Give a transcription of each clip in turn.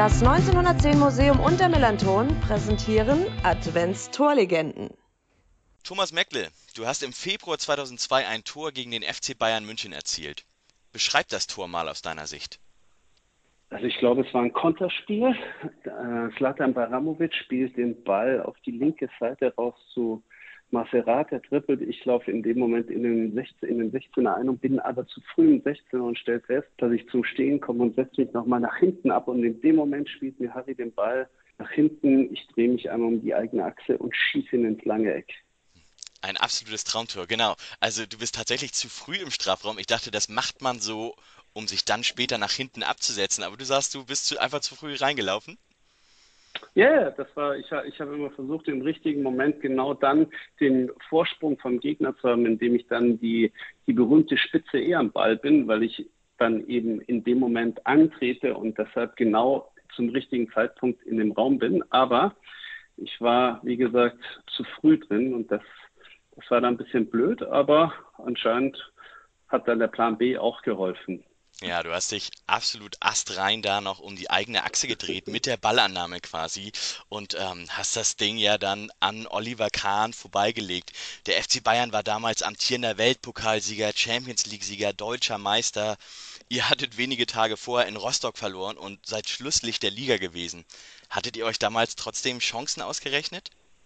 Das 1910 Museum und der Melanton präsentieren Adventstorlegenden. Thomas Meckle, du hast im Februar 2002 ein Tor gegen den FC Bayern München erzielt. Beschreib das Tor mal aus deiner Sicht. Also ich glaube, es war ein Konterspiel. Zlatan Baramovic spielt den Ball auf die linke Seite raus zu Maserat, der trippelt. Ich laufe in dem Moment in den 16er ein und bin aber zu früh im 16er und stelle fest, dass ich zum Stehen komme und setze mich nochmal nach hinten ab. Und in dem Moment spielt mir Harry den Ball nach hinten. Ich drehe mich einmal um die eigene Achse und schieße ihn ins lange Eck. Ein absolutes Traumtor, genau. Also du bist tatsächlich zu früh im Strafraum. Ich dachte, das macht man so, um sich dann später nach hinten abzusetzen. Aber du sagst, du bist einfach zu früh reingelaufen. Ja, ich habe immer versucht, im richtigen Moment genau dann den Vorsprung vom Gegner zu haben, indem ich dann die berühmte Spitze eher am Ball bin, weil ich dann eben in dem Moment antrete und deshalb genau zum richtigen Zeitpunkt in dem Raum bin. Aber ich war, wie gesagt, zu früh drin und das war dann ein bisschen blöd, aber anscheinend hat dann der Plan B auch geholfen. Ja, du hast dich absolut astrein da noch um die eigene Achse gedreht, mit der Ballannahme quasi und hast das Ding ja dann an Oliver Kahn vorbeigelegt. Der FC Bayern war damals amtierender Weltpokalsieger, Champions League-Sieger, deutscher Meister. Ihr hattet wenige Tage vorher in Rostock verloren und seid Schlusslicht der Liga gewesen. Hattet ihr euch damals trotzdem Chancen ausgerechnet?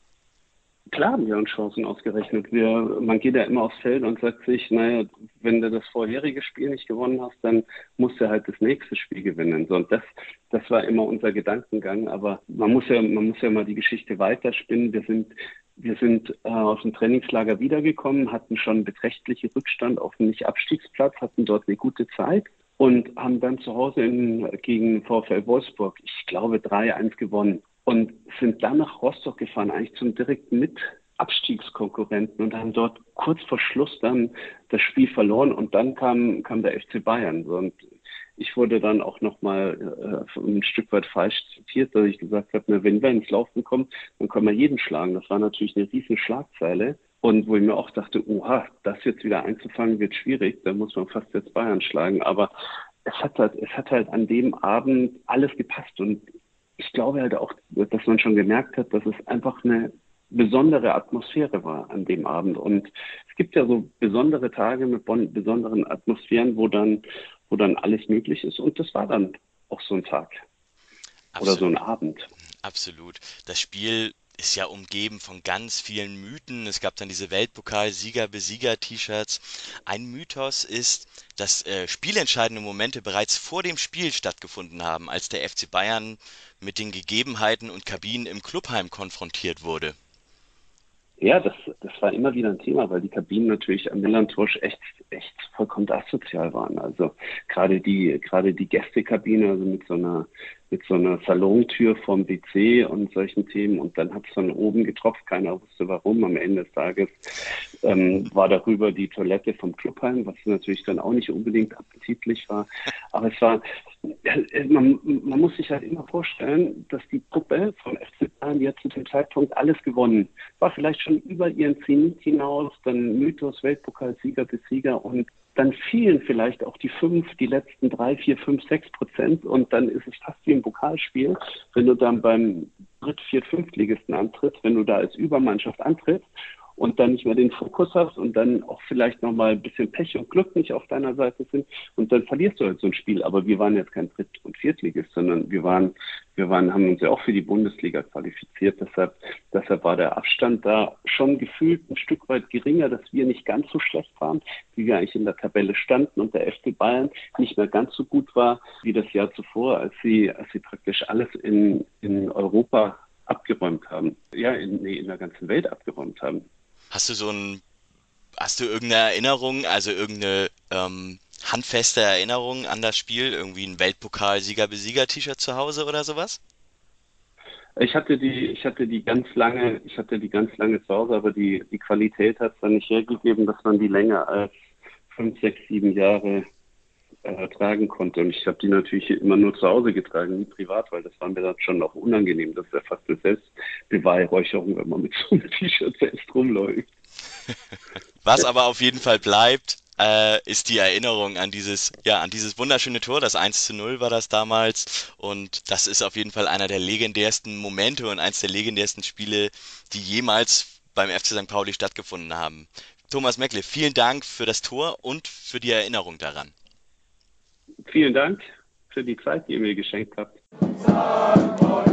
Klar haben wir uns Chancen ausgerechnet. Man geht ja immer aufs Feld und sagt sich, naja, wenn du das vorherige Spiel nicht gewonnen hast, dann musst du halt das nächste Spiel gewinnen. So, und das war immer unser Gedankengang. Aber man muss ja mal die Geschichte weiterspinnen. Wir sind aus dem Trainingslager wiedergekommen, hatten schon beträchtliche Rückstand auf dem Nicht-Abstiegsplatz, hatten dort eine gute Zeit und haben dann zu Hause gegen VfL Wolfsburg, ich glaube, 3-1 gewonnen und sind dann nach Rostock gefahren, eigentlich zum direkten Mit-Abstiegskonkurrenten und haben dort kurz vor Schluss dann das Spiel verloren und dann kam der FC Bayern. So, und ich wurde dann auch nochmal ein Stück weit falsch zitiert, dass ich gesagt habe, na, wenn wir ins Laufen kommen, dann können wir jeden schlagen. Das war natürlich eine riesen Schlagzeile. Und wo ich mir auch dachte, oha, das jetzt wieder einzufangen wird schwierig, da muss man fast jetzt Bayern schlagen. Aber es hat halt an dem Abend alles gepasst und ich glaube halt auch, dass man schon gemerkt hat, dass es einfach eine besondere Atmosphäre war an dem Abend. Und es gibt ja so besondere Tage mit besonderen Atmosphären, wo dann alles möglich ist. Und das war dann auch so ein Tag oder so ein Absolut. Abend. Absolut. Das Spiel ist ja umgeben von ganz vielen Mythen. Es gab dann diese Weltpokal-Sieger-Besieger-T-Shirts. Ein Mythos ist, dass spielentscheidende Momente bereits vor dem Spiel stattgefunden haben, als der FC Bayern mit den Gegebenheiten und Kabinen im Clubheim konfrontiert wurde. Ja, das war immer wieder ein Thema, weil die Kabinen natürlich am Millantor echt vollkommen asozial waren. Also gerade die Gästekabine, also mit so einer Salontür vom WC und solchen Themen. Und dann hat es von oben getropft, keiner wusste warum. Am Ende des Tages war darüber die Toilette vom Clubheim, was natürlich dann auch nicht unbedingt appetitlich war. Aber man muss sich halt immer vorstellen, dass die Truppe vom FC Bayern jetzt zu dem Zeitpunkt alles gewonnen. War vielleicht schon über ihren Zenit hinaus, dann Mythos, Weltpokalsieger, Besieger und dann fielen vielleicht auch die letzten 3, 4, 5, 6% und dann ist es fast wie ein Pokalspiel, wenn du dann beim Dritt-, Viert-, Fünftligisten antrittst, wenn du da als Übermannschaft antrittst und dann nicht mehr den Fokus hast und dann auch vielleicht nochmal ein bisschen Pech und Glück nicht auf deiner Seite sind und dann verlierst du halt so ein Spiel. Aber wir waren jetzt kein Dritt- und Viertligist, sondern haben uns ja auch für die Bundesliga qualifiziert. Deshalb war der Abstand da schon gefühlt ein Stück weit geringer, dass wir nicht ganz so schlecht waren, wie wir eigentlich in der Tabelle standen und der FC Bayern nicht mehr ganz so gut war wie das Jahr zuvor, als sie praktisch alles in Europa abgeräumt haben. Ja, in der ganzen Welt abgeräumt haben. Hast du so ein, hast du irgendeine Erinnerung, also irgendeine handfeste Erinnerung an das Spiel? Irgendwie ein Weltpokal-Sieger-Besieger-T-Shirt zu Hause oder sowas? Ich hatte die ganz lange zu Hause, aber die Qualität hat es dann nicht hergegeben, dass man die länger als 5, 6, 7 Jahre tragen konnte. Und ich habe die natürlich immer nur zu Hause getragen, nie privat, weil das war mir dann schon auch unangenehm. Das ist ja fast eine Selbstbeweihräucherung, wenn man mit so einem T-Shirt selbst rumläuft. Was aber auf jeden Fall bleibt, ist die Erinnerung an dieses wunderschöne Tor. Das 1:0 war das damals. Und das ist auf jeden Fall einer der legendärsten Momente und eins der legendärsten Spiele, die jemals beim FC St. Pauli stattgefunden haben. Thomas Meckle, vielen Dank für das Tor und für die Erinnerung daran. Vielen Dank für die Zeit, die ihr mir geschenkt habt.